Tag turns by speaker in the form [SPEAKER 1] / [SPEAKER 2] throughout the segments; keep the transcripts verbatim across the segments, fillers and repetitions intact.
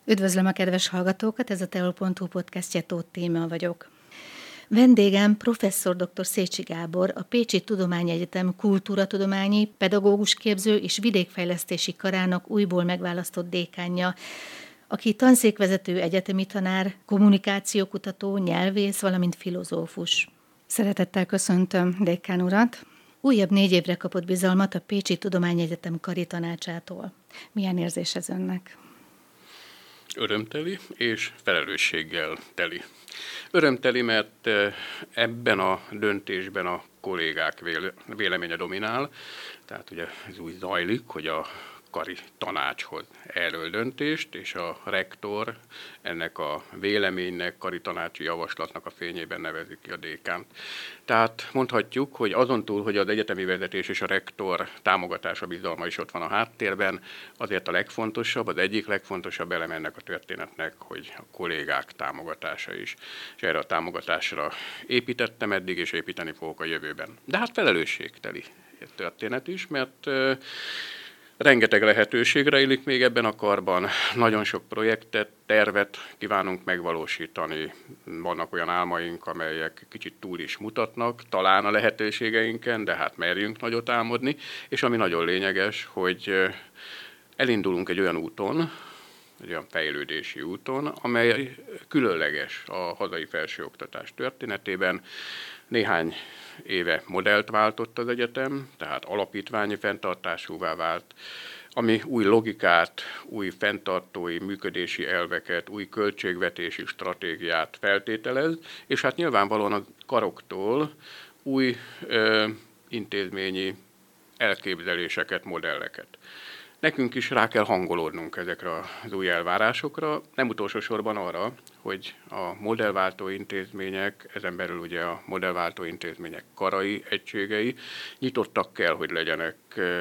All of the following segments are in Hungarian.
[SPEAKER 1] Üdvözlöm a kedves hallgatókat, ez a teol pont hu podcastje, Tóth Tímea vagyok. Vendégem professzor dr. Szécsi Gábor, a Pécsi Tudományegyetem kultúratudományi, pedagógusképző és vidékfejlesztési karának újból megválasztott dékánja, aki tanszékvezető, egyetemi tanár, kommunikációkutató, nyelvész, valamint filozófus. Szeretettel köszöntöm dékán urat. Újabb négy évre kapott bizalmat a Pécsi Tudományegyetem kari tanácsától. Milyen érzés ez önnek?
[SPEAKER 2] Örömteli és felelősséggel teli. Örömteli, mert ebben a döntésben a kollégák véleménye dominál, tehát ugye ez úgy zajlik, hogy a kari tanácshoz erről döntést, és a rektor ennek a véleménynek, kari tanácsi javaslatnak a fényében nevezi ki a dékánt. Tehát mondhatjuk, hogy azon túl, hogy az egyetemi vezetés és a rektor támogatása, bizalma is ott van a háttérben, azért a legfontosabb, az egyik legfontosabb elem ennek a történetnek, hogy a kollégák támogatása is. És erre a támogatásra építettem eddig, és építeni fogok a jövőben. De hát felelősségteli történet is, mert rengeteg lehetőség rejlik még ebben a karban, nagyon sok projektet, tervet kívánunk megvalósítani. Vannak olyan álmaink, amelyek kicsit túl is mutatnak, talán a lehetőségeinken, de hát merjünk nagyot álmodni, és ami nagyon lényeges, hogy elindulunk egy olyan úton, egy olyan fejlődési úton, amely különleges a hazai felsőoktatás történetében. Néhány éve modellt váltott az egyetem, tehát alapítványi fenntartásúvá vált, ami új logikát, új fenntartói működési elveket, új költségvetési stratégiát feltételez, és hát nyilvánvalóan a karoktól új ö, intézményi elképzeléseket, modelleket. Nekünk is rá kell hangolódnunk ezekre az új elvárásokra, nem utolsó sorban arra, hogy a modellváltó intézmények, ezen belül ugye a modellváltó intézmények karai, egységei nyitottak kell, hogy legyenek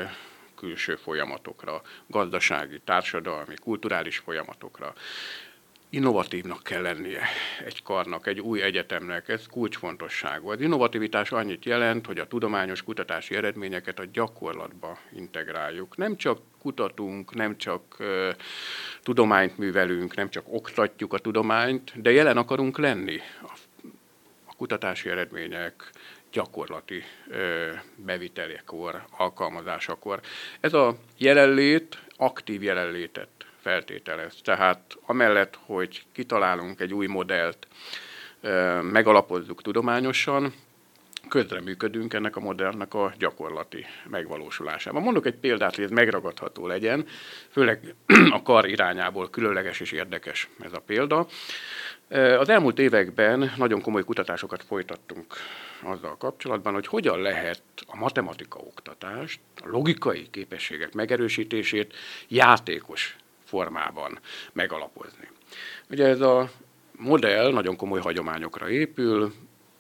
[SPEAKER 2] külső folyamatokra, gazdasági, társadalmi, kulturális folyamatokra. Innovatívnak kell lennie egy karnak, egy új egyetemnek, ez kulcsfontosságú. Az innovativitás annyit jelent, hogy a tudományos kutatási eredményeket a gyakorlatba integráljuk. Nem csak kutatunk, nem csak uh, tudományt művelünk, nem csak oktatjuk a tudományt, de jelen akarunk lenni a, a kutatási eredmények gyakorlati uh, bevitelekor, alkalmazásakor. Ez a jelenlét, aktív jelenlétet feltételez. Tehát amellett, hogy kitalálunk egy új modellt, megalapozzuk tudományosan, közreműködünk ennek a modellnek a gyakorlati megvalósulásában. Mondok egy példát, hogy ez megragadható legyen, főleg a kar irányából különleges és érdekes ez a példa. Az elmúlt években nagyon komoly kutatásokat folytattunk azzal kapcsolatban, hogy hogyan lehet a matematika oktatást, a logikai képességek megerősítését játékos formában megalapozni. Ugye ez a modell nagyon komoly hagyományokra épül,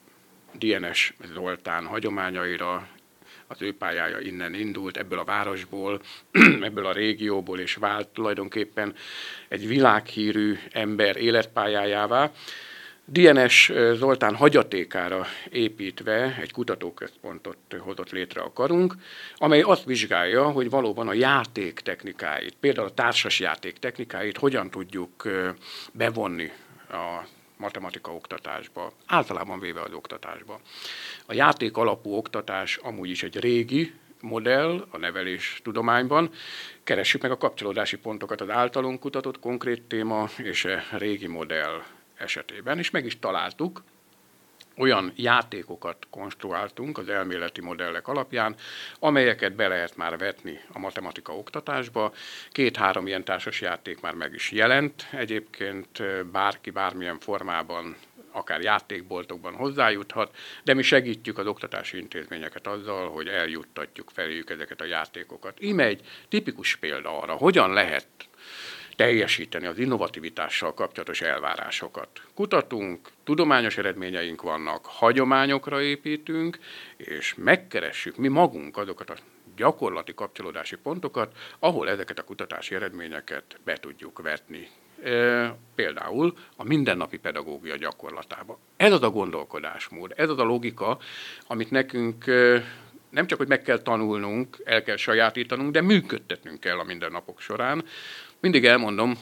[SPEAKER 2] dé en es Zoltán hagyományaira, az ő pályája innen indult, ebből a városból, ebből a régióból, és vált tulajdonképpen egy világhírű ember életpályájává. dé en es Zoltán hagyatékára építve egy kutatóközpontot hozott létre a karunk, amely azt vizsgálja, hogy valóban a játék technikáit, például a társas játék technikáit hogyan tudjuk bevonni a matematika oktatásba, általában véve az oktatásba. A játék alapú oktatás amúgy is egy régi modell a nevelés tudományban. Keressük meg a kapcsolódási pontokat az általunk kutatott konkrét téma és a régi modell esetében, és meg is találtuk, olyan játékokat konstruáltunk az elméleti modellek alapján, amelyeket be lehet már vetni a matematika oktatásba. Két-három ilyen társas játék már meg is jelent. Egyébként bárki bármilyen formában, akár játékboltokban hozzájuthat, de mi segítjük az oktatási intézményeket azzal, hogy eljuttatjuk feléjük ezeket a játékokat. Íme egy tipikus példa arra, hogyan lehet teljesíteni az innovativitással kapcsolatos elvárásokat. Kutatunk, tudományos eredményeink vannak, hagyományokra építünk, és megkeressük mi magunk azokat a gyakorlati kapcsolódási pontokat, ahol ezeket a kutatási eredményeket be tudjuk vetni. E, például a mindennapi pedagógia gyakorlatába. Ez az a gondolkodásmód, ez az a logika, amit nekünk nem csak, hogy meg kell tanulnunk, el kell sajátítanunk, de működtetnünk kell a mindennapok során. Mindig elmondom, hogy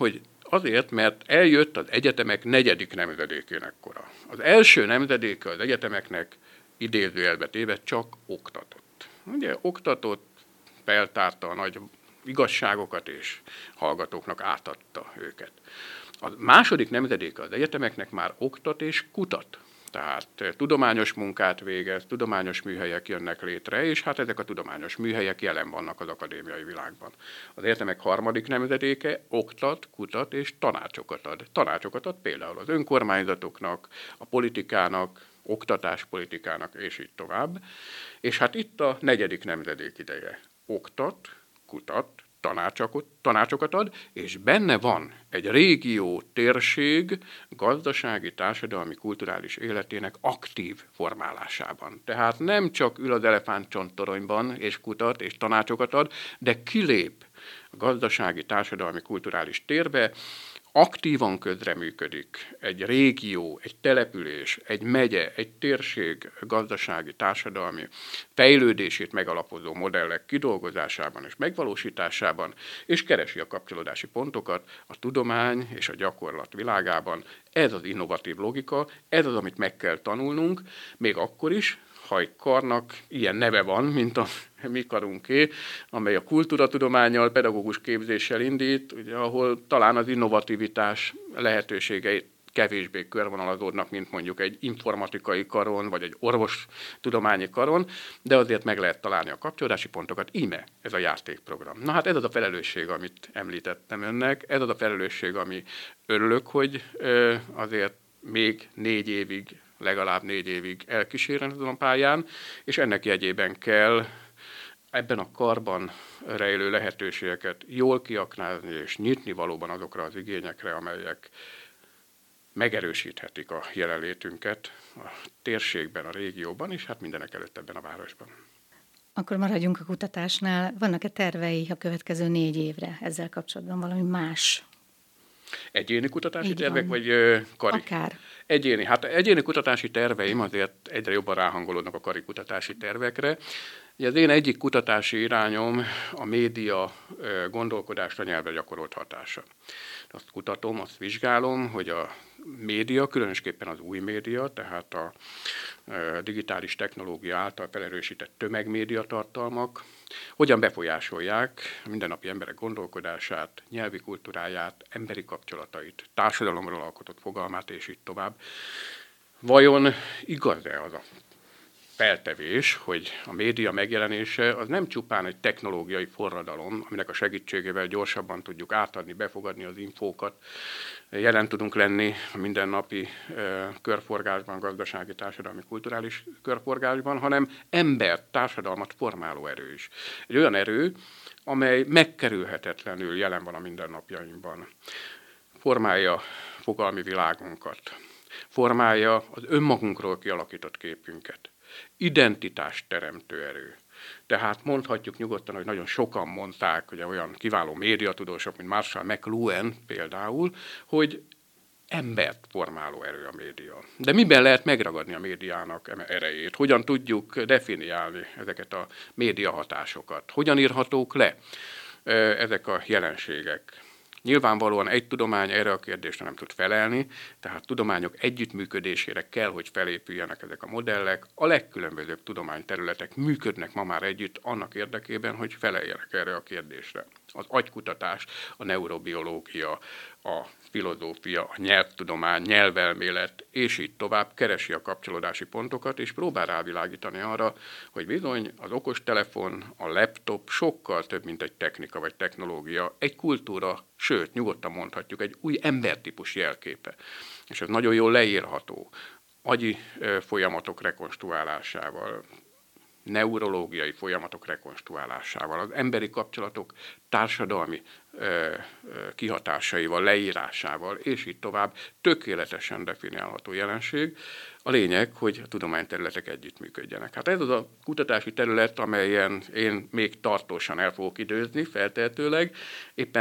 [SPEAKER 2] Azért, mert eljött az egyetemek negyedik nemzedékének kora. Az első nemzedéke az egyetemeknek idézőjelbe téve csak oktatott. Ugye oktatott, feltárta a nagy igazságokat, és hallgatóknak átadta őket. A második nemzedéke az egyetemeknek már oktat és kutat. Tehát tudományos munkát végez, tudományos műhelyek jönnek létre, és hát ezek a tudományos műhelyek jelen vannak az akadémiai világban. Az egyetemek harmadik nemzedéke oktat, kutat és tanácsokat ad. Tanácsokat ad például az önkormányzatoknak, a politikának, oktatáspolitikának, és így tovább. És hát itt a negyedik nemzedék ideje. Oktat, kutat, tanácsokat, tanácsokat ad, és benne van egy régió, térség, gazdasági, társadalmi, kulturális életének aktív formálásában. Tehát nem csak ül az elefántcsonttoronyban, és kutat, és tanácsokat ad, de kilép a gazdasági, társadalmi, kulturális térbe, aktívan közreműködik egy régió, egy település, egy megye, egy térség gazdasági, társadalmi fejlődését megalapozó modellek kidolgozásában és megvalósításában, és keresi a kapcsolódási pontokat a tudomány és a gyakorlat világában. Ez az innovatív logika, ez az, amit meg kell tanulnunk, még akkor is, ha egy karnak ilyen neve van, mint a mi karunké, amely a kultúratudománnyal, pedagógus képzéssel indít, ugye, ahol talán az innovativitás lehetőségei kevésbé körvonalazódnak, mint mondjuk egy informatikai karon, vagy egy orvostudományi karon, de azért meg lehet találni a kapcsolódási pontokat. Íme ez a játékprogram. Na hát ez az a felelősség, amit említettem önnek, ez az a felelősség, ami örülök, hogy azért még négy évig, legalább négy évig elkísérem azon a pályán, és ennek jegyében kell ebben a karban rejlő lehetőségeket jól kiaknázni és nyitni valóban azokra az igényekre, amelyek megerősíthetik a jelenlétünket a térségben, a régióban, és hát mindenek előtt ebben a városban.
[SPEAKER 1] Akkor maradjunk a kutatásnál. Vannak-e tervei a következő négy évre ezzel kapcsolatban, valami más?
[SPEAKER 2] Egyéni kutatási
[SPEAKER 1] Így
[SPEAKER 2] tervek,
[SPEAKER 1] van.
[SPEAKER 2] vagy ö, kari?
[SPEAKER 1] Akár.
[SPEAKER 2] Egyéni. Hát egyéni kutatási terveim azért egyre jobban ráhangolódnak a kari kutatási tervekre. Ugye az én egyik kutatási irányom a média gondolkodásra, nyelvre gyakorolt hatása. Azt kutatom, azt vizsgálom, hogy a média, különösképpen az új média, tehát a digitális technológia által felerősített tömegmédia tartalmak, hogyan befolyásolják a mindennapi emberek gondolkodását, nyelvi kultúráját, emberi kapcsolatait, társadalomról alkotott fogalmát, és így tovább. Vajon igaz-e az a feltevés, hogy a média megjelenése az nem csupán egy technológiai forradalom, aminek a segítségével gyorsabban tudjuk átadni, befogadni az infókat, jelen tudunk lenni a mindennapi körforgásban, gazdasági, társadalmi, kulturális körforgásban, hanem ember, társadalmat formáló erő is. Egy olyan erő, amely megkerülhetetlenül jelen van a mindennapjainkban. Formálja fogalmi világunkat, formálja az önmagunkról kialakított képünket. Identitást teremtő erő. Tehát mondhatjuk nyugodtan, hogy nagyon sokan mondták, hogy olyan kiváló médiatudósok, mint Marshall McLuhan például, hogy embert formáló erő a média. De miben lehet megragadni a médiának erejét? Hogyan tudjuk definiálni ezeket a médiahatásokat? Hogyan írhatók le ezek a jelenségek? Nyilvánvalóan egy tudomány erre a kérdésre nem tud felelni, tehát tudományok együttműködésére kell, hogy felépüljenek ezek a modellek. A legkülönbözőbb tudományterületek működnek ma már együtt annak érdekében, hogy feleljenek erre a kérdésre. Az agykutatás, a neurobiológia, a filozófia, a nyelvtudomány, nyelvelmélet, és így tovább keresi a kapcsolódási pontokat, és próbál rávilágítani arra, hogy bizony az okostelefon, a laptop sokkal több, mint egy technika vagy technológia, egy kultúra, sőt, nyugodtan mondhatjuk, egy új embertípus jelképe. És ez nagyon jól leírható agyi folyamatok rekonstruálásával, neurológiai folyamatok rekonstruálásával, az emberi kapcsolatok társadalmi ö, ö, kihatásaival, leírásával, és így tovább tökéletesen definiálható jelenség. A lényeg, hogy a tudományterületek együttműködjenek. Hát ez az a kutatási terület, amelyen én még tartósan el fogok időzni, feltehetőleg. Éppen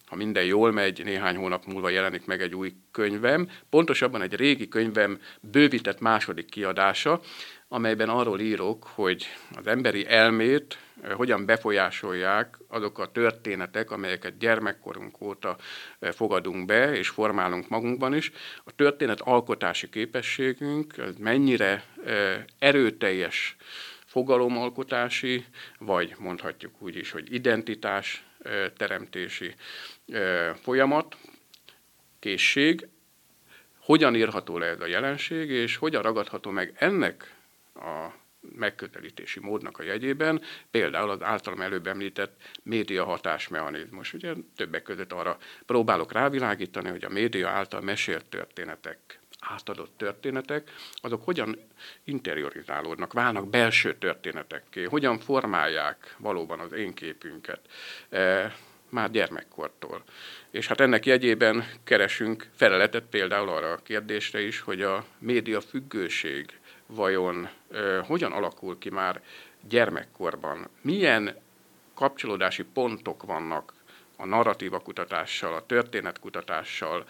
[SPEAKER 2] ha minden jól megy, néhány hónap múlva jelenik meg egy új könyvem, pontosabban egy régi könyvem bővített második kiadása, amelyben arról írok, hogy az emberi elmét hogyan befolyásolják azok a történetek, amelyeket gyermekkorunk óta fogadunk be, és formálunk magunkban is. A történet alkotási képességünk mennyire erőteljes fogalomalkotási, vagy mondhatjuk úgy is, hogy identitás teremtési folyamat, készség, hogyan írható le ez a jelenség, és hogyan ragadható meg ennek a megközelítési módnak a jegyében, például az általam előbb említett média hatásmechanizmus. Ugye többek között arra próbálok rávilágítani, hogy a média által mesélt történetek, átadott történetek, azok hogyan interiorizálódnak, válnak belső történetekké, hogyan formálják valóban az én képünket, e, már gyermekkortól. És hát ennek jegyében keresünk feleletet például arra a kérdésre is, hogy a média függőség vajon e, hogyan alakul ki már gyermekkorban, milyen kapcsolódási pontok vannak a narratíva kutatással, a történetkutatással,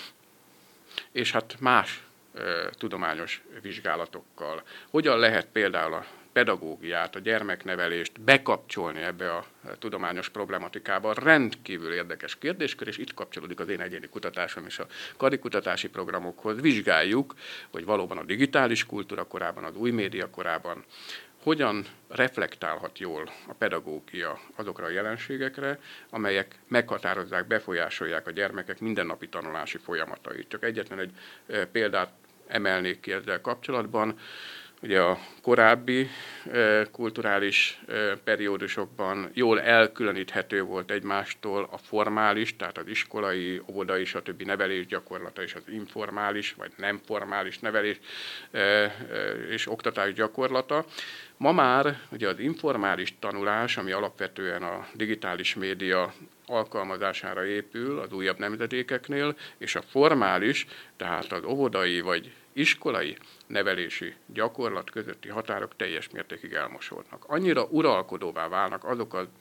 [SPEAKER 2] és hát más e, tudományos vizsgálatokkal. Hogyan lehet például a pedagógiát, a gyermeknevelést bekapcsolni ebbe a tudományos problematikába? Rendkívül érdekes kérdéskör, és itt kapcsolódik az én egyéni kutatásom és a karikutatási programokhoz. Vizsgáljuk, hogy valóban a digitális kultúra korában, az új média korában hogyan reflektálhat jól a pedagógia azokra a jelenségekre, amelyek meghatározzák, befolyásolják a gyermekek mindennapi tanulási folyamatait. Csak egyetlen egy példát emelnék ki ezzel kapcsolatban. Ugye a korábbi e, kulturális e, periódusokban jól elkülöníthető volt egymástól a formális, tehát az iskolai, óvodai, stb. Nevelés gyakorlata és az informális, vagy nem formális nevelés e, e, és oktatás gyakorlata. Ma már ugye az informális tanulás, ami alapvetően a digitális média alkalmazására épül az újabb nemzedékeknél, és a formális, tehát az óvodai vagy iskolai nevelési gyakorlat közötti határok teljes mértékig elmosódnak. Annyira uralkodóvá válnak azok az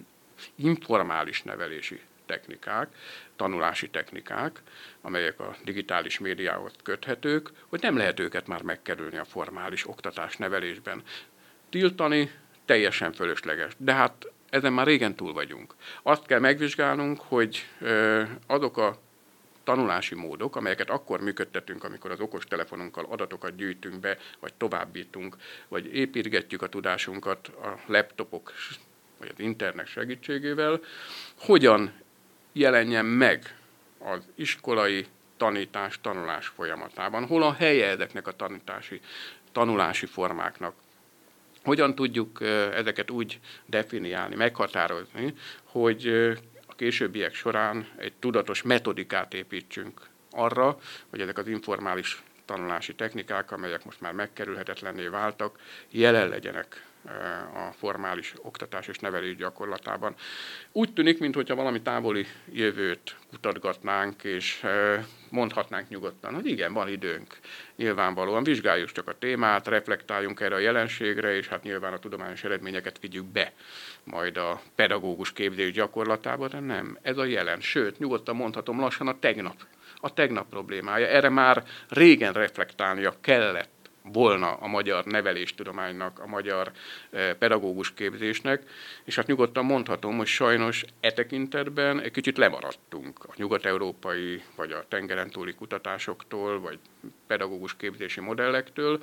[SPEAKER 2] informális nevelési technikák, tanulási technikák, amelyek a digitális médiához köthetők, hogy nem lehet őket már megkerülni a formális oktatás nevelésben. Tiltani teljesen fölösleges, de hát ezen már régen túl vagyunk. Azt kell megvizsgálnunk, hogy azok a tanulási módok, amelyeket akkor működtetünk, amikor az okostelefonunkkal adatokat gyűjtünk be, vagy továbbítunk, vagy építgetjük a tudásunkat a laptopok vagy az internet segítségével, hogyan jelenjen meg az iskolai tanítás, tanulás folyamatában, hol a helye ezeknek a tanítási, tanulási formáknak. Hogyan tudjuk ezeket úgy definiálni, meghatározni, hogy a későbbiek során egy tudatos metodikát építsünk arra, hogy ezek az informális tanulási technikák, amelyek most már megkerülhetetlenné váltak, jelen legyenek a formális oktatás és nevelés gyakorlatában. Úgy tűnik, mintha valami távoli jövőt kutatgatnánk, és mondhatnánk nyugodtan, hogy igen, van időnk. Nyilvánvalóan vizsgáljuk csak a témát, reflektáljunk erre a jelenségre, és hát nyilván a tudományos eredményeket vigyük be majd a pedagógus képzés gyakorlatába, de nem, ez a jelen. Sőt, nyugodtan mondhatom, lassan a tegnap. A tegnap problémája. Erre már régen reflektálnia kellett volna a magyar neveléstudománynak, a magyar pedagógus képzésnek, és hát nyugodtan mondhatom, hogy sajnos e tekintetben egy kicsit lemaradtunk a nyugat-európai, vagy a tengeren túli kutatásoktól, vagy pedagógus képzési modellektől,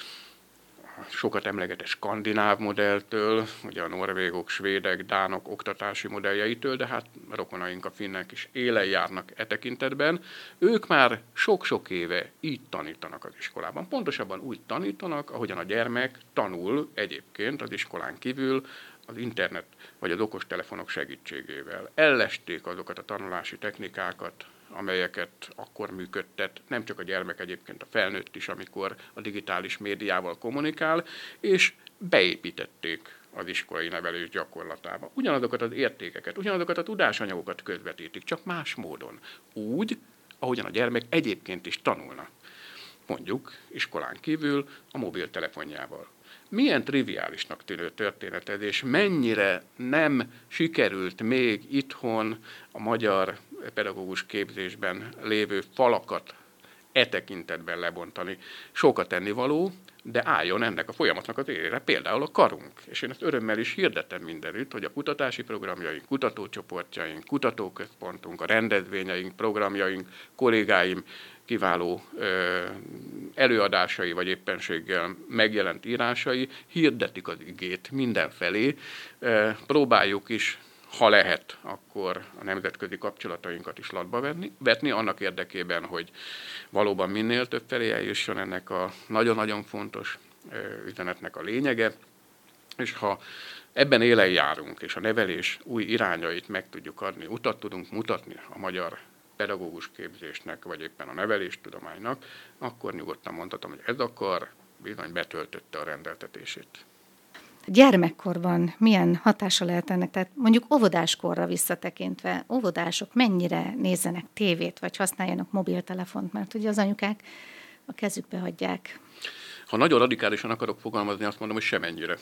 [SPEAKER 2] sokat emlegetett skandináv modelltől, ugye a norvégok, svédek, dánok oktatási modelljeitől, de hát rokonaink a finnek is élen járnak e tekintetben. Ők már sok-sok éve így tanítanak az iskolában. Pontosabban úgy tanítanak, ahogyan a gyermek tanul egyébként az iskolán kívül az internet vagy az okostelefonok segítségével. Ellesték azokat a tanulási technikákat, amelyeket akkor működtet, nem csak a gyermek, egyébként a felnőtt is, amikor a digitális médiával kommunikál, és beépítették az iskolai nevelés gyakorlatába. Ugyanazokat az értékeket, ugyanazokat a tudásanyagokat közvetítik, csak más módon. Úgy, ahogyan a gyermek egyébként is tanulna. mondjuk iskolán kívül a mobiltelefonjával. Milyen triviálisnak tűnő történet ez, és mennyire nem sikerült még itthon a magyar pedagógus képzésben lévő falakat e tekintetben lebontani. Sokat tennivaló, de álljon ennek a folyamatnak az élére, például a karunk. És én ezt örömmel is hirdetem mindenütt, hogy a kutatási programjaink, kutatócsoportjaink, kutatóközpontunk, a rendezvényeink, programjaink, kollégáim kiváló ö, előadásai, vagy éppenséggel megjelent írásai hirdetik az igét mindenfelé. Ö, próbáljuk is, ha lehet, akkor a nemzetközi kapcsolatainkat is latba venni, vetni, annak érdekében, hogy valóban minél több felé eljusson ennek a nagyon-nagyon fontos üzenetnek a lényege, és ha ebben élen járunk, és a nevelés új irányait meg tudjuk adni, utat tudunk mutatni a magyar pedagógus képzésnek, vagy éppen a neveléstudománynak, akkor nyugodtan mondhatom, hogy ez a kar bizony betöltötte a rendeltetését.
[SPEAKER 1] Gyermekkorban milyen hatása lehet ennek? Tehát mondjuk óvodáskorra visszatekintve, óvodások mennyire nézzenek tévét, vagy használjanak mobiltelefont, mert ugye az anyukák a kezükbe hagyják.
[SPEAKER 2] Ha nagyon radikálisan akarok fogalmazni, azt mondom, hogy semennyire.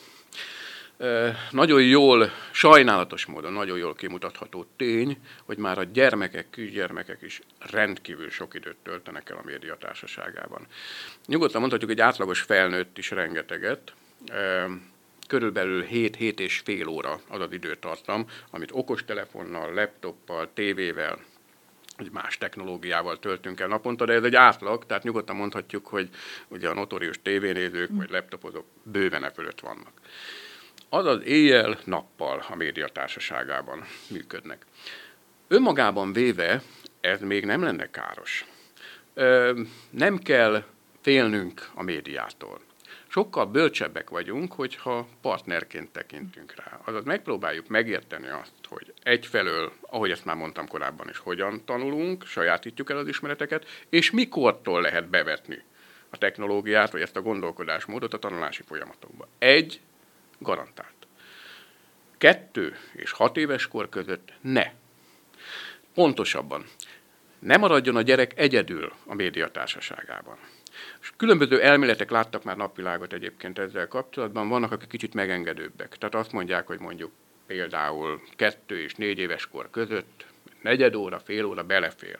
[SPEAKER 2] E, nagyon jól, sajnálatos módon nagyon jól kimutatható tény, hogy már a gyermekek, kisgyermekek is rendkívül sok időt töltenek el a média társaságában. Nyugodtan mondhatjuk, hogy átlagos felnőtt is rengeteget, e, körülbelül hét-hét és fél óra az az időtartam, amit okostelefonnal, laptoppal, tévével, vagy más technológiával töltünk el naponta, de ez egy átlag, tehát nyugodtan mondhatjuk, hogy ugye a notórius tévénézők vagy laptopozók bőven e fölött vannak. Azaz éjjel-nappal a média társaságában működnek. Önmagában véve ez még nem lenne káros. Ö, nem kell félnünk a médiától. Sokkal bölcsebbek vagyunk, hogyha partnerként tekintünk rá. Azaz megpróbáljuk megérteni azt, hogy egyfelől, ahogy ezt már mondtam korábban is, hogyan tanulunk, sajátítjuk el az ismereteket, és mikortól lehet bevetni a technológiát, vagy ezt a gondolkodásmódot a tanulási folyamatokba. Egy, garantált. Kettő és hat éves kor között ne. Pontosabban, ne maradjon a gyerek egyedül a média társaságában. És különböző elméletek láttak már napvilágot egyébként ezzel kapcsolatban, vannak, akik kicsit megengedőbbek. Tehát azt mondják, hogy mondjuk például kettő és négy éves kor között negyed óra, fél óra belefér.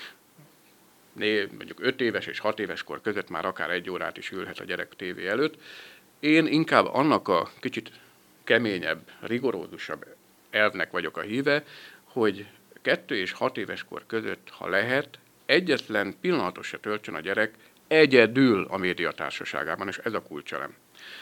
[SPEAKER 2] Né, mondjuk öt éves és hat éves kor között már akár egy órát is ülhet a gyerek tévé előtt. Én inkább annak a kicsit keményebb, rigorózusabb elvnek vagyok a híve, hogy kettő és hat éves kor között, ha lehet, egyetlen pillanatot se töltsön a gyerek egyedül a média társaságában, és ez a kulcselem.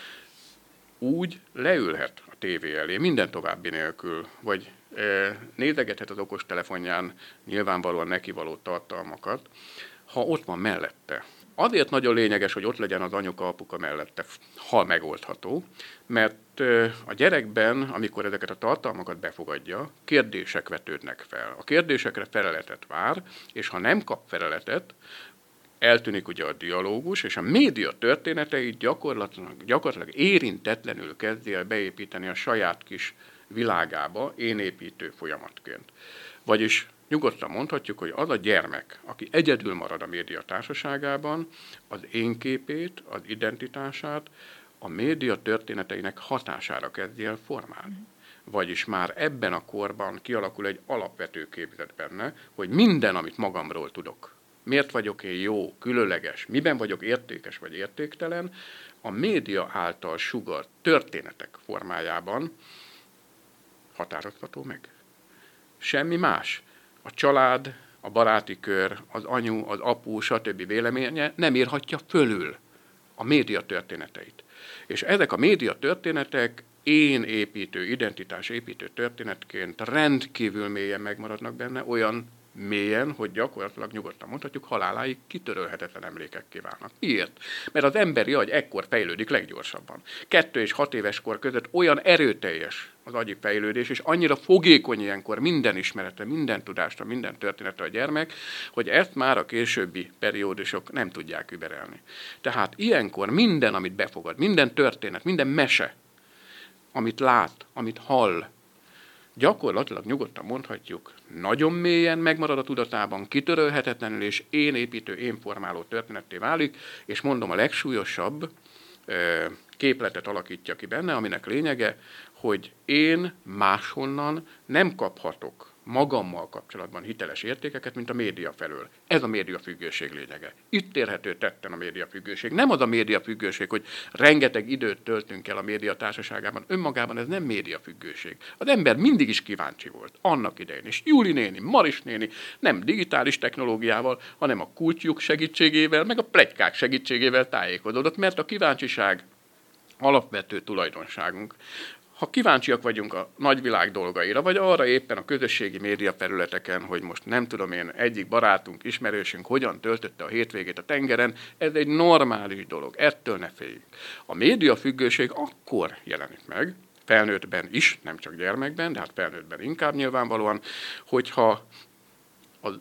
[SPEAKER 2] Úgy leülhet a tévé elé, minden további nélkül, vagy e, nézegethet az okostelefonján nyilvánvalóan nekivaló tartalmakat, ha ott van mellette. Azért nagyon lényeges, hogy ott legyen az anyuka, apuka mellette, ha megoldható, mert a gyerekben, amikor ezeket a tartalmakat befogadja, kérdések vetődnek fel. A kérdésekre feleletet vár, és ha nem kap feleletet, eltűnik ugye a dialógus, és a média történeteit gyakorlatilag, gyakorlatilag érintetlenül kezdi el beépíteni a saját kis világába, énépítő folyamatként. Vagyis nyugodtan mondhatjuk, hogy az a gyermek, aki egyedül marad a média társaságában, az én képét, az identitását a média történeteinek hatására kezdi el formálni. Vagyis már ebben a korban kialakul egy alapvető képzet benne, hogy minden, amit magamról tudok, miért vagyok én jó, különleges, miben vagyok értékes vagy értéktelen, a média által sugart történetek formájában határozható meg. Semmi más. A család, a baráti kör, az anyu, az apu, stb. Véleménye nem írhatja fölül a média történeteit. És ezek a média történetek én építő, identitás építő történetként rendkívül mélyen megmaradnak benne, olyan mélyen, hogy gyakorlatilag nyugodtan mondhatjuk, haláláig kitörölhetetlen emlékekké válnak. Miért? Mert az emberi agy ekkor fejlődik leggyorsabban. Kettő és hat éves kor között olyan erőteljes az agyi fejlődés, és annyira fogékony ilyenkor minden ismeretre, minden tudásra, minden történetre a gyermek, hogy ezt már a későbbi periódusok nem tudják überelni. Tehát ilyenkor minden, amit befogad, minden történet, minden mese, amit lát, amit hall, gyakorlatilag nyugodtan mondhatjuk, nagyon mélyen megmarad a tudatában, kitörölhetetlenül, és én építő, én formáló történetté válik, és mondom, a legsúlyosabb képletet alakítja ki benne, aminek lényege, hogy én máshonnan nem kaphatok magammal kapcsolatban hiteles értékeket, mint a média felől. Ez a médiafüggőség lényege. Itt érhető tetten a médiafüggőség. Nem az a médiafüggőség, hogy rengeteg időt töltünk el a média társaságában. Önmagában ez nem médiafüggőség. Az ember mindig is kíváncsi volt. Annak idején is. Júli néni, Maris néni nem digitális technológiával, hanem a kultjuk segítségével, meg a pletykák segítségével tájékozódott, mert a kíváncsiság alapvető tulajdonságunk. Ha kíváncsiak vagyunk a nagyvilág dolgaira, vagy arra éppen a közösségi média felületeken, hogy most nem tudom én, egyik barátunk, ismerősünk hogyan töltötte a hétvégét a tengeren, ez egy normális dolog, ettől ne féljünk. A médiafüggőség akkor jelenik meg, felnőttben is, nem csak gyermekben, de hát felnőttben inkább nyilvánvalóan, hogyha az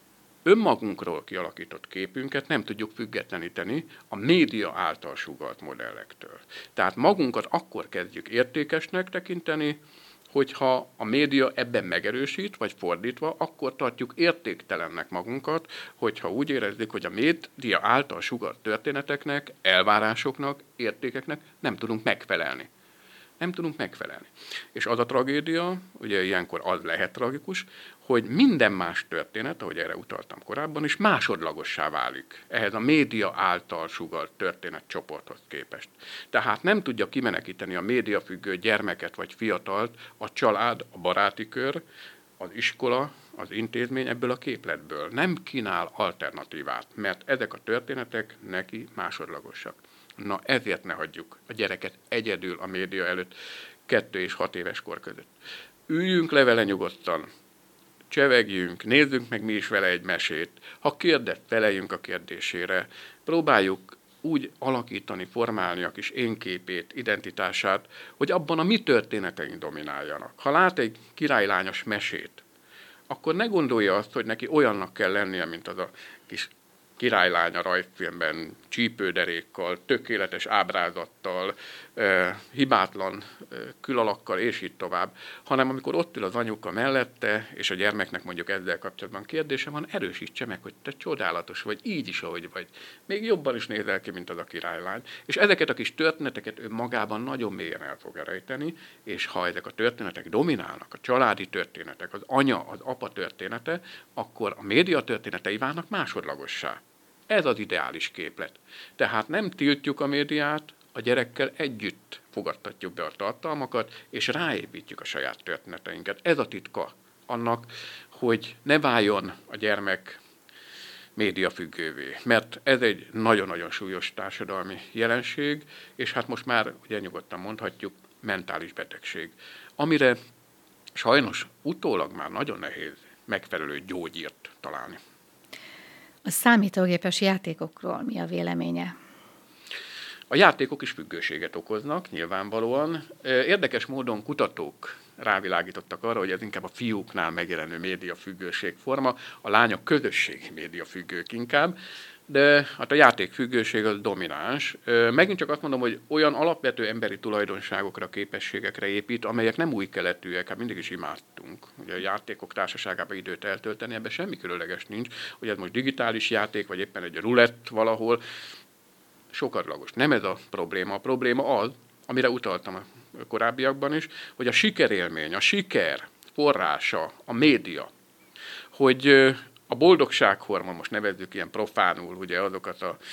[SPEAKER 2] önmagunkról kialakított képünket nem tudjuk függetleníteni a média által sugalt modellektől. Tehát magunkat akkor kezdjük értékesnek tekinteni, hogyha a média ebben megerősít, vagy fordítva, akkor tartjuk értéktelennek magunkat, hogyha úgy érezzük, hogy a média által sugalt történeteknek, elvárásoknak, értékeknek nem tudunk megfelelni. Nem tudunk megfelelni. És az a tragédia, ugye ilyenkor az lehet tragikus, hogy minden más történet, ahogy erre utaltam korábban is, másodlagossá válik ehhez a média által sugalt történetcsoporthoz képest. Tehát nem tudja kimenekíteni a médiafüggő gyermeket vagy fiatalt a család, a baráti kör, az iskola, az intézmény ebből a képletből. Nem kínál alternatívát, mert ezek a történetek neki másodlagosak. Na ezért ne hagyjuk a gyereket egyedül a média előtt kettő és hat éves kor között. Üljünk le vele nyugodtan, csevegjünk, nézzünk meg mi is vele egy mesét. Ha kérdez, feleljünk a kérdésére. Próbáljuk úgy alakítani, formálni a kis énképét, identitását, hogy abban a mi történeteink domináljanak. Ha lát egy királylányos mesét, akkor ne gondolja azt, hogy neki olyannak kell lennie, mint az a kis királylány a rajzfilmben, csípőderékkal, tökéletes ábrázattal, eh, hibátlan eh, külalakkal, és így tovább, hanem amikor ott ül az anyuka mellette, és a gyermeknek mondjuk ezzel kapcsolatban kérdése van, erősítse meg, hogy te csodálatos vagy, így is, ahogy vagy. Még jobban is nézel ki, mint az a királylány. És ezeket a kis történeteket ő magában nagyon mélyen el fog rejteni, és ha ezek a történetek dominálnak, a családi történetek, az anya, az apa története, akkor a média történetei válnak másodlagossá. Ez az ideális képlet. Tehát nem tiltjuk a médiát, a gyerekkel együtt fogadtatjuk be a tartalmakat, és ráépítjük a saját történeteinket. Ez a titka annak, hogy ne váljon a gyermek médiafüggővé. Mert ez egy nagyon-nagyon súlyos társadalmi jelenség, és hát most már ugye nyugodtan mondhatjuk, mentális betegség. Amire sajnos utólag már nagyon nehéz megfelelő gyógyírt találni.
[SPEAKER 1] A számítógépes játékokról mi a véleménye?
[SPEAKER 2] A játékok is függőséget okoznak, nyilvánvalóan. Érdekes módon kutatók rávilágítottak arra, hogy ez inkább a fiúknál megjelenő médiafüggőség forma, a lányok közösségi médiafüggők inkább, de hát a játékfüggőség az domináns. Megint csak azt mondom, hogy olyan alapvető emberi tulajdonságokra, képességekre épít, amelyek nem új keletűek, hát mindig is imádtunk. Ugye a játékok társaságában időt eltölteni, ebben semmi különleges nincs, hogy ez most digitális játék, vagy éppen egy rulett valahol, sokadlagos. Nem ez a probléma. A probléma az, amire utaltam a korábbiakban is, hogy a sikerélmény, a siker forrása, a média, hogy a boldogsághormon, most nevezzük ilyen profánul, ugye azokat, a,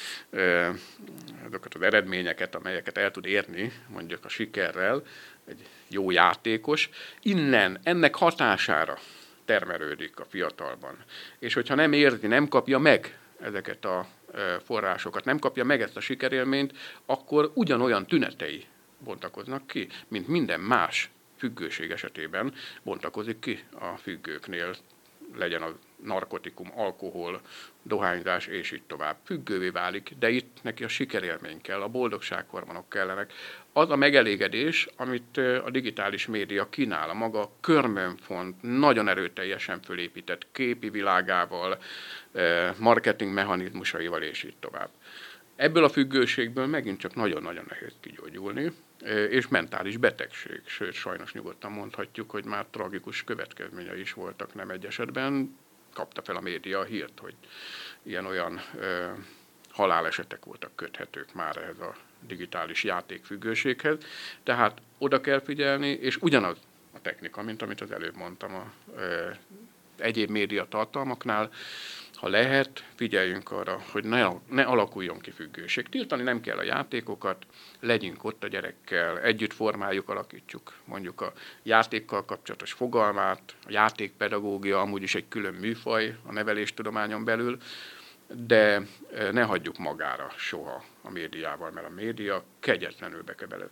[SPEAKER 2] azokat az eredményeket, amelyeket el tud érni, mondjuk a sikerrel, egy jó játékos, innen, ennek hatására termelődik a fiatalban. És hogyha nem érzi, nem kapja meg ezeket a forrásokat, nem kapja meg ezt a sikerélményt, akkor ugyanolyan tünetei bontakoznak ki, mint minden más függőség esetében bontakozik ki a függőknél, legyen az narkotikum, alkohol, dohányzás, és így tovább. Függővé válik, de itt neki a sikerélmény kell, a boldogsághormonok kellenek. Az a megelégedés, amit a digitális média kínál, a maga körmönfont, nagyon erőteljesen fölépített képi világával, marketing mechanizmusaival, és így tovább. Ebből a függőségből megint csak nagyon-nagyon nehéz kigyógyulni, és mentális betegség, sőt, sajnos nyugodtan mondhatjuk, hogy már tragikus következményei is voltak nem egy esetben. Kapta fel a média a hírt, hogy ilyen-olyan ö, halálesetek voltak köthetők már ehhez a digitális játékfüggőséghez. Tehát oda kell figyelni, és ugyanaz a technika, mint amit az előbb mondtam a ö, egyéb média tartalmaknál, ha lehet, figyeljünk arra, hogy ne, ne alakuljon ki függőség. Tiltani nem kell a játékokat, legyünk ott a gyerekkel, együtt formáljuk, alakítsuk mondjuk a játékkal kapcsolatos fogalmát, a játékpedagógia amúgy is egy külön műfaj a neveléstudományon belül, de ne hagyjuk magára soha a médiával, mert a média kegyetlenül bekebelezi.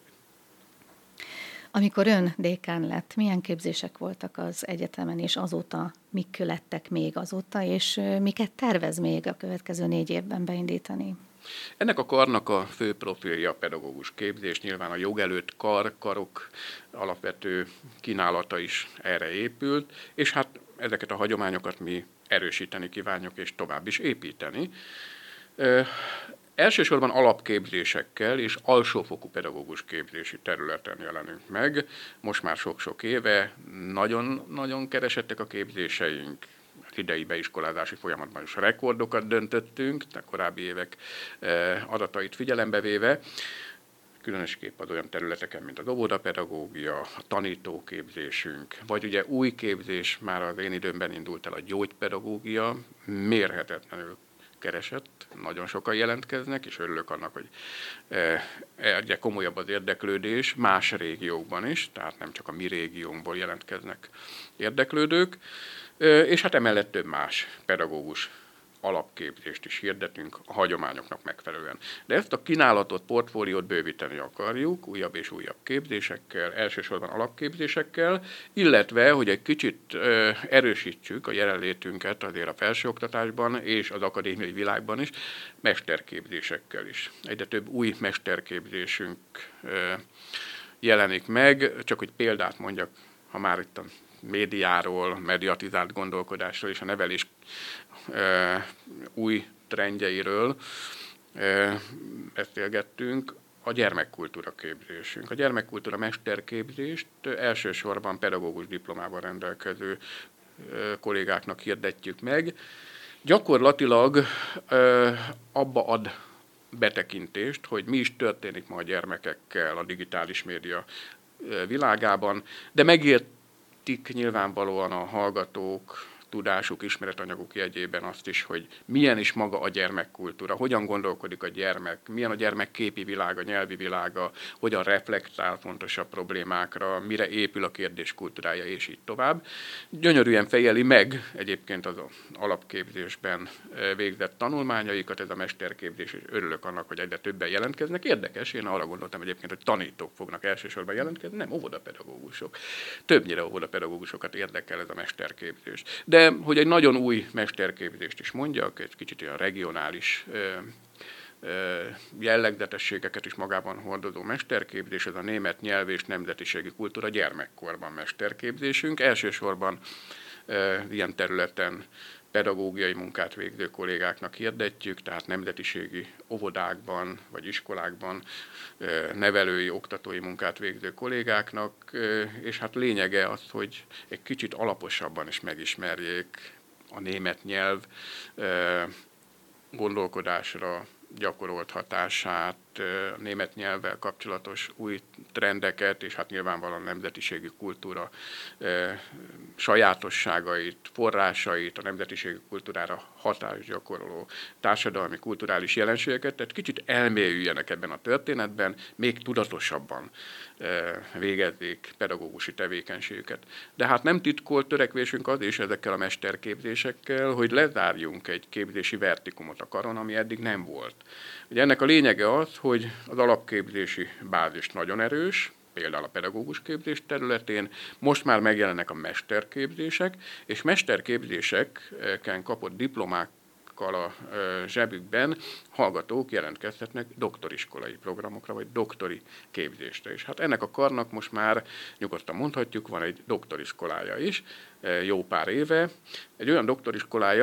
[SPEAKER 1] Amikor ön dékán lett, milyen képzések voltak az egyetemen, és azóta mik lettek még azóta, és miket tervez még a következő négy évben beindítani?
[SPEAKER 2] Ennek a karnak a fő profilja a pedagógus képzés, nyilván a jog előtt kar, karok alapvető kínálata is erre épült, és hát ezeket a hagyományokat mi erősíteni kívánjuk, és tovább is építeni. Elsősorban alapképzésekkel és alsófokú pedagógus képzési területen jelenünk meg. Most már sok-sok éve nagyon-nagyon keresettek a képzéseink. Az idei beiskolázási folyamatban is rekordokat döntöttünk, a korábbi évek adatait figyelembe véve. Különösképp az olyan területeken, mint az óvodapedagógia, a tanítóképzésünk, vagy ugye új képzés, már az én időmben indult el a gyógypedagógia, mérhetetlenül keresett, nagyon sokan jelentkeznek, és örülök annak, hogy egyre komolyabb az érdeklődés más régiókban is, tehát nem csak a mi régiónkból jelentkeznek érdeklődők, és hát emellett több más pedagógus alapképzést is hirdetünk a hagyományoknak megfelelően. De ezt a kínálatot, portfóliót bővíteni akarjuk, újabb és újabb képzésekkel, elsősorban alapképzésekkel, illetve, hogy egy kicsit ö, erősítsük a jelenlétünket azért a felsőoktatásban és az akadémiai világban is, mesterképzésekkel is. Egyre több új mesterképzésünk ö, jelenik meg, csak hogy példát mondjak, ha már itt a médiáról, mediatizált gondolkodásról és a nevelés e, új trendjeiről e, beszélgettünk, a gyermekkultúra képzésünk. A gyermekkultúra mesterképzést elsősorban pedagógus diplomával rendelkező e, kollégáknak hirdetjük meg. Gyakorlatilag e, abba ad betekintést, hogy mi is történik ma a gyermekekkel a digitális média világában, de megért nyilvánvalóan a hallgatók, tudásuk, ismeretanyaguk jegyében azt is, hogy milyen is maga a gyermekkultúra, hogyan gondolkodik a gyermek, milyen a gyermek képi világa, nyelvi világa, hogyan reflektál fontosabb problémákra, mire épül a kérdés kultúrája, és így tovább. Gyönyörűen fejeli meg egyébként az alapképzésben végzett tanulmányaikat, ez a mesterképzés, és örülök annak, hogy egyre többen jelentkeznek. Érdekes, én arra gondoltam egyébként, hogy tanítók fognak elsősorban jelentkezni, nem óvodapedagógusok. Többnyire óvodapedagógusokat érdekel ez a mesterképzés. De De, hogy egy nagyon új mesterképzést is mondjak, egy kicsit olyan regionális ö, ö, jellegzetességeket is magában hordozó mesterképzés, ez a német nyelv és nemzetiségi kultúra gyermekkorban mesterképzésünk. Elsősorban ö, ilyen területen pedagógiai munkát végző kollégáknak hirdetjük, tehát nemzetiségi óvodákban vagy iskolákban nevelői, oktatói munkát végző kollégáknak, és hát lényege az, hogy egy kicsit alaposabban is megismerjék a német nyelv gondolkodásra gyakorolt hatását, a német nyelvvel kapcsolatos új trendeket, és hát nyilvánvalóan a nemzetiségi kultúra e, sajátosságait, forrásait, a nemzetiségi kultúrára hatást gyakoroló társadalmi, kulturális jelenségeket, tehát kicsit elmélyüljenek ebben a történetben, még tudatosabban e, végezzék pedagógusi tevékenységüket. De hát nem titkolt törekvésünk az is ezekkel a mesterképzésekkel, hogy lezárjunk egy képzési vertikumot a karon, ami eddig nem volt. Ugye ennek a lényege az, hogy az alapképzési bázis nagyon erős, például a pedagógus képzés területén, most már megjelennek a mesterképzések, és mesterképzéseken kapott diplomákkal a zsebükben hallgatók jelentkezhetnek doktoriskolai programokra, vagy doktori képzésre is. Hát ennek a karnak most már nyugodtan mondhatjuk, van egy doktoriskolája is, jó pár éve. Egy olyan doktoriskolája,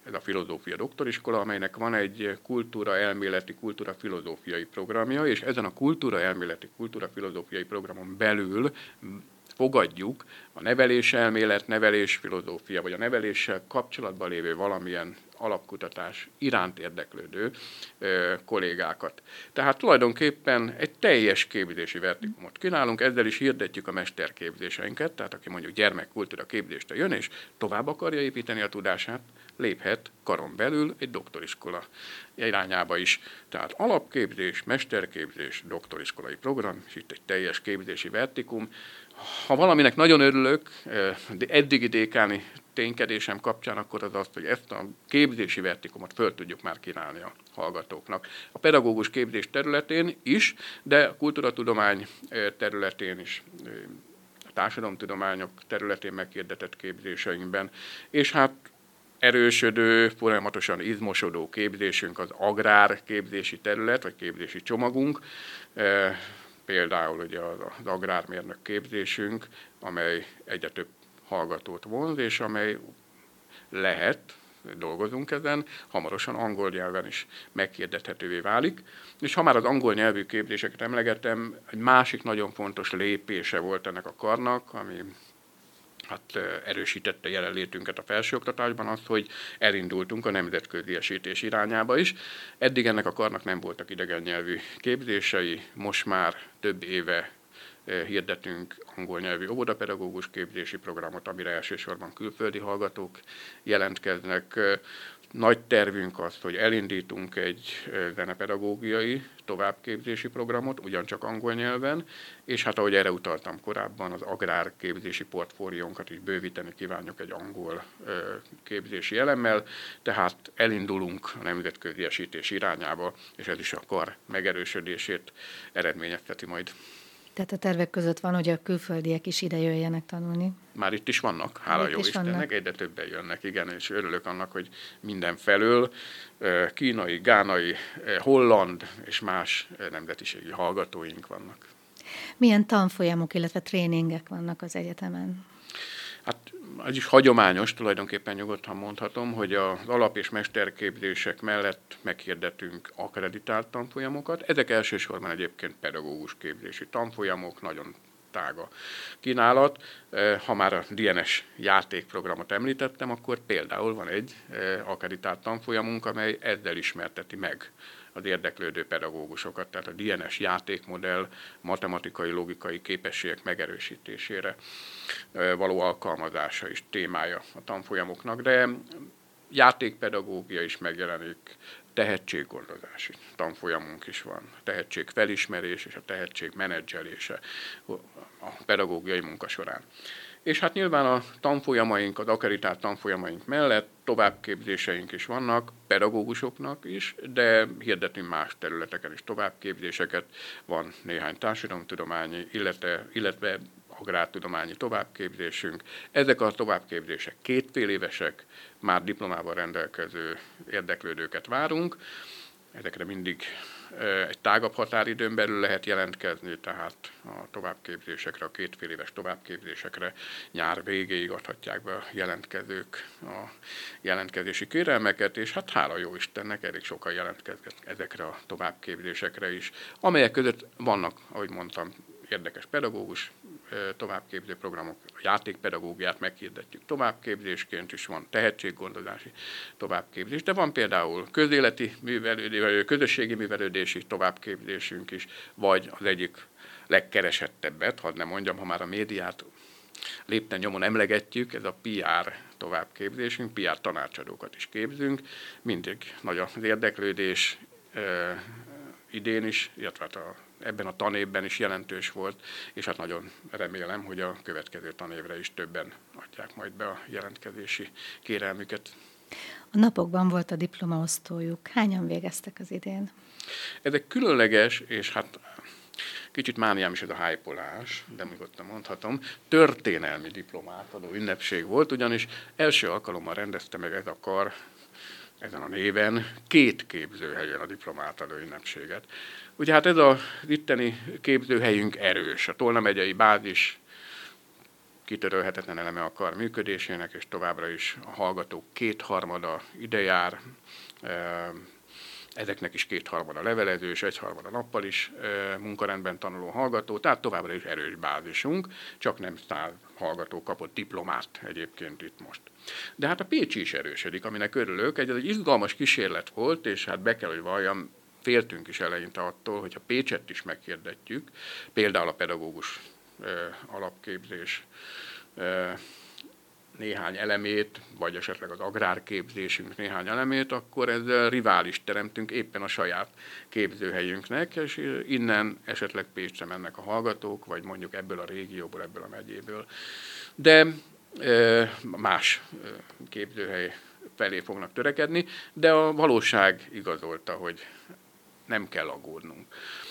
[SPEAKER 2] ez a filozófia doktoriskola, amelynek van egy kultúra elméleti, kultúra filozófiai programja, és ezen a kultúra elméleti, kultúra filozófiai programon belül fogadjuk a neveléselmélet, nevelésfilozófia, vagy a neveléssel kapcsolatban lévő valamilyen alapkutatás iránt érdeklődő ö, kollégákat. Tehát tulajdonképpen egy teljes képzési vertikumot kínálunk, ezzel is hirdetjük a mesterképzéseinket, tehát aki mondjuk gyermekkultúra képzésre jön, és tovább akarja építeni a tudását, léphet karon belül egy doktoriskola irányába is. Tehát alapképzés, mesterképzés, doktoriskolai program, és itt egy teljes képzési vertikum. Ha valaminek nagyon örülök, de eddigi dékáni ténykedésem kapcsán, akkor az az, hogy ezt a képzési vertikumot föl tudjuk már kínálni a hallgatóknak. A pedagógus képzés területén is, de a kultúratudomány területén is, a társadalomtudományok területén meghirdetett képzéseinkben, és hát erősödő, folyamatosan izmosodó képzésünk az agrár képzési terület, vagy képzési csomagunk, például ugye az agrármérnök képzésünk, amely egyre több hallgatót vonz, és amely lehet, dolgozunk ezen, hamarosan angol nyelven is meghirdethetővé válik. És ha már az angol nyelvű képzéseket emlegettem, egy másik nagyon fontos lépése volt ennek a karnak, ami hát erősítette jelenlétünket a felsőoktatásban az, hogy elindultunk a nemzetközi esítés irányába is. Eddig ennek a karnak nem voltak idegen nyelvű képzései, most már több éve hirdetünk angol nyelvű óvodapedagógus képzési programot, amire elsősorban külföldi hallgatók jelentkeznek. Nagy tervünk az, hogy elindítunk egy zenepedagógiai továbbképzési programot, ugyancsak angol nyelven, és hát ahogy erre utaltam korábban, az agrárképzési portfóliónkat is bővíteni kívánjuk egy angol képzési elemmel, tehát elindulunk a nemzetközi esítés irányába, és ez is a kar megerősödését eredményezteti majd.
[SPEAKER 1] Tehát a tervek között van, hogy a külföldiek is ide jöjjenek tanulni.
[SPEAKER 2] Már itt is vannak, hála jó Istennek, egyre többen jönnek, igen, és örülök annak, hogy mindenfelől kínai, gánai, holland és más nemzetiségi hallgatóink vannak.
[SPEAKER 1] Milyen tanfolyamok, illetve tréningek vannak az egyetemen?
[SPEAKER 2] Hát ez is hagyományos, tulajdonképpen nyugodtan mondhatom, hogy az alap- és mesterképzések mellett meghirdetünk akkreditált tanfolyamokat. Ezek elsősorban egyébként pedagógus képzési tanfolyamok, nagyon tága kínálat. Ha már a dé en es játékprogramot említettem, akkor például van egy akkreditált tanfolyamunk, amely ezzel ismerteti meg az érdeklődő pedagógusokat, tehát a dé en es játékmodell matematikai, logikai képességek megerősítésére való alkalmazása is témája a tanfolyamoknak, de játékpedagógia is megjelenik, tehetséggondozási tanfolyamunk is van, tehetségfelismerés és a tehetség menedzselése a pedagógiai munka során. És hát nyilván a tanfolyamaink, az akkreditált tanfolyamaink mellett továbbképzéseink is vannak, pedagógusoknak is, de hirdetünk más területeken is továbbképzéseket. Van néhány társadalomtudományi, illetve, illetve agrártudományi továbbképzésünk. Ezek a továbbképzések kétfél évesek, már diplomával rendelkező érdeklődőket várunk. Ezekre mindig egy tágabb határidőn belül lehet jelentkezni, tehát a továbbképzésekre, a kétfél éves továbbképzésekre nyár végéig adhatják be a jelentkezők a jelentkezési kérelmeket, és hát hála jó Istennek, elég sokan jelentkeznek ezekre a továbbképzésekre is, amelyek között vannak, ahogy mondtam, érdekes pedagógus továbbképző programok, a játékpedagógiát meghirdetjük továbbképzésként is, van tehetséggondozási továbbképzés, de van például közéleti művelődés, közösségi művelődési továbbképzésünk is, vagy az egyik legkeresettebbet, hadd nem mondjam, ha már a médiát lépten nyomon emlegetjük, ez a pé er továbbképzésünk, pé er tanácsadókat is képzünk, mindig nagy az érdeklődés, idén is, illetve a, ebben a tanévben is jelentős volt, és hát nagyon remélem, hogy a következő tanévre is többen adják majd be a jelentkezési kérelmüket.
[SPEAKER 1] A napokban volt a diplomaosztójuk. Hányan végeztek az idén?
[SPEAKER 2] Ez egy különleges, és hát kicsit mániám is ez a hypolás, de nyugodtan mondhatom, történelmi diplomát adó ünnepség volt, ugyanis első alkalommal rendezte meg ez a kar ezen a néven két képzőhelyen a diplomátadó ünnepséget. Ugye hát ez az itteni képzőhelyünk erős, a Tolna megyei bázis kitörölhetetlen eleme a kar működésének, és továbbra is a hallgatók kétharmada ide jár, ezeknek is kétharmada levelezős, egyharmada nappal is munkarendben tanuló hallgató, tehát továbbra is erős bázisunk, csak nem száz hallgató kapott diplomát egyébként itt most. De hát a pécsi is erősödik, aminek örülök. Ez egy izgalmas kísérlet volt, és hát be kell, hogy valljam, féltünk is eleinte attól, hogy a Pécset is meghirdetjük, például a pedagógus alapképzés néhány elemét, vagy esetleg az agrárképzésünk néhány elemét, akkor ezzel rivális teremtünk éppen a saját képzőhelyünknek, és innen esetleg Pécsre mennek a hallgatók, vagy mondjuk ebből a régióból, ebből a megyéből. De más képzőhely felé fognak törekedni, de a valóság igazolta, hogy nem kell aggódnunk.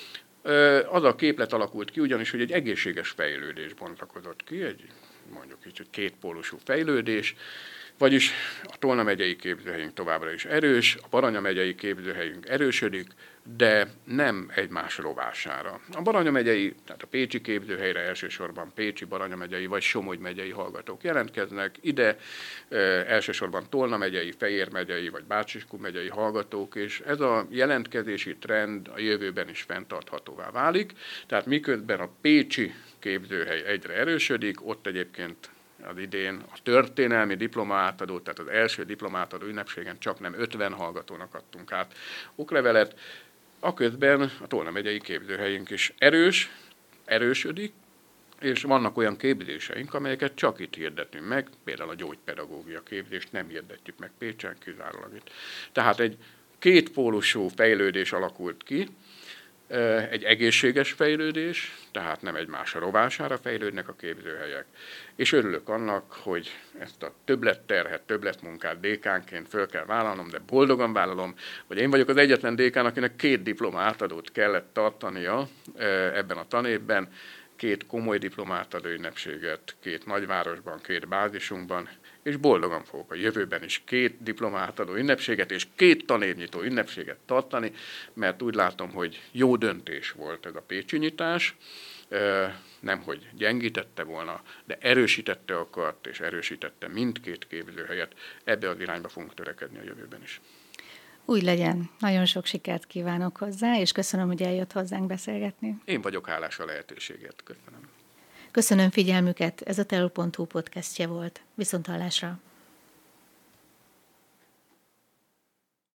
[SPEAKER 2] Az a képlet alakult ki, ugyanis, hogy egy egészséges fejlődés bontakozott ki, egy mondjuk így, hogy kétpólusú fejlődés, vagyis a Tolna megyei képzőhelyünk továbbra is erős, a Baranya megyei képzőhelyünk erősödik, de nem egymás rovására. A Baranya megyei, tehát a pécsi képzőhelyre elsősorban pécsi, Baranya megyei vagy Somogy megyei hallgatók jelentkeznek, ide e, elsősorban Tolna megyei, Fejér megyei vagy Bács-Kiskun megyei hallgatók, és ez a jelentkezési trend a jövőben is fenntarthatóvá válik, tehát miközben a pécsi képzőhely egyre erősödik, ott egyébként az idén a történelmi diplomaátadó, tehát az első diplomátadó ünnepségen csak nem ötven hallgatónak adtunk át oklevelet, aközben a Tolna megyei képzőhelyünk is erős, erősödik, és vannak olyan képzéseink, amelyeket csak itt hirdetünk meg, például a gyógypedagógia képzést nem hirdetjük meg Pécsen, kizárólag itt. Tehát egy kétpólusú fejlődés alakult ki, egy egészséges fejlődés, tehát nem egymásra rovására fejlődnek a képzőhelyek. És örülök annak, hogy ezt a többletterhet, többletmunkát dékánként föl kell vállalnom, de boldogan vállalom, hogy én vagyok az egyetlen dékán, akinek két diplomátadót kellett tartania ebben a tanévben, két komoly diplomátadó ünnepséget, két nagyvárosban, két bázisunkban, és boldogan fogok a jövőben is két diplomátadó ünnepséget és két tanévnyitó ünnepséget tartani, mert úgy látom, hogy jó döntés volt ez a pécsi nyitás, nem hogy gyengítette volna, de erősítette a kart, és erősítette mindkét képzőhelyet. Ebbe az irányba fogunk törekedni a jövőben is.
[SPEAKER 1] Úgy legyen. Nagyon sok sikert kívánok hozzá, és köszönöm, hogy eljött hozzánk beszélgetni.
[SPEAKER 2] Én vagyok hálás a lehetőségért. Köszönöm.
[SPEAKER 1] Köszönöm figyelmüket, ez a teol pont hu podcastje volt. Viszonthallásra!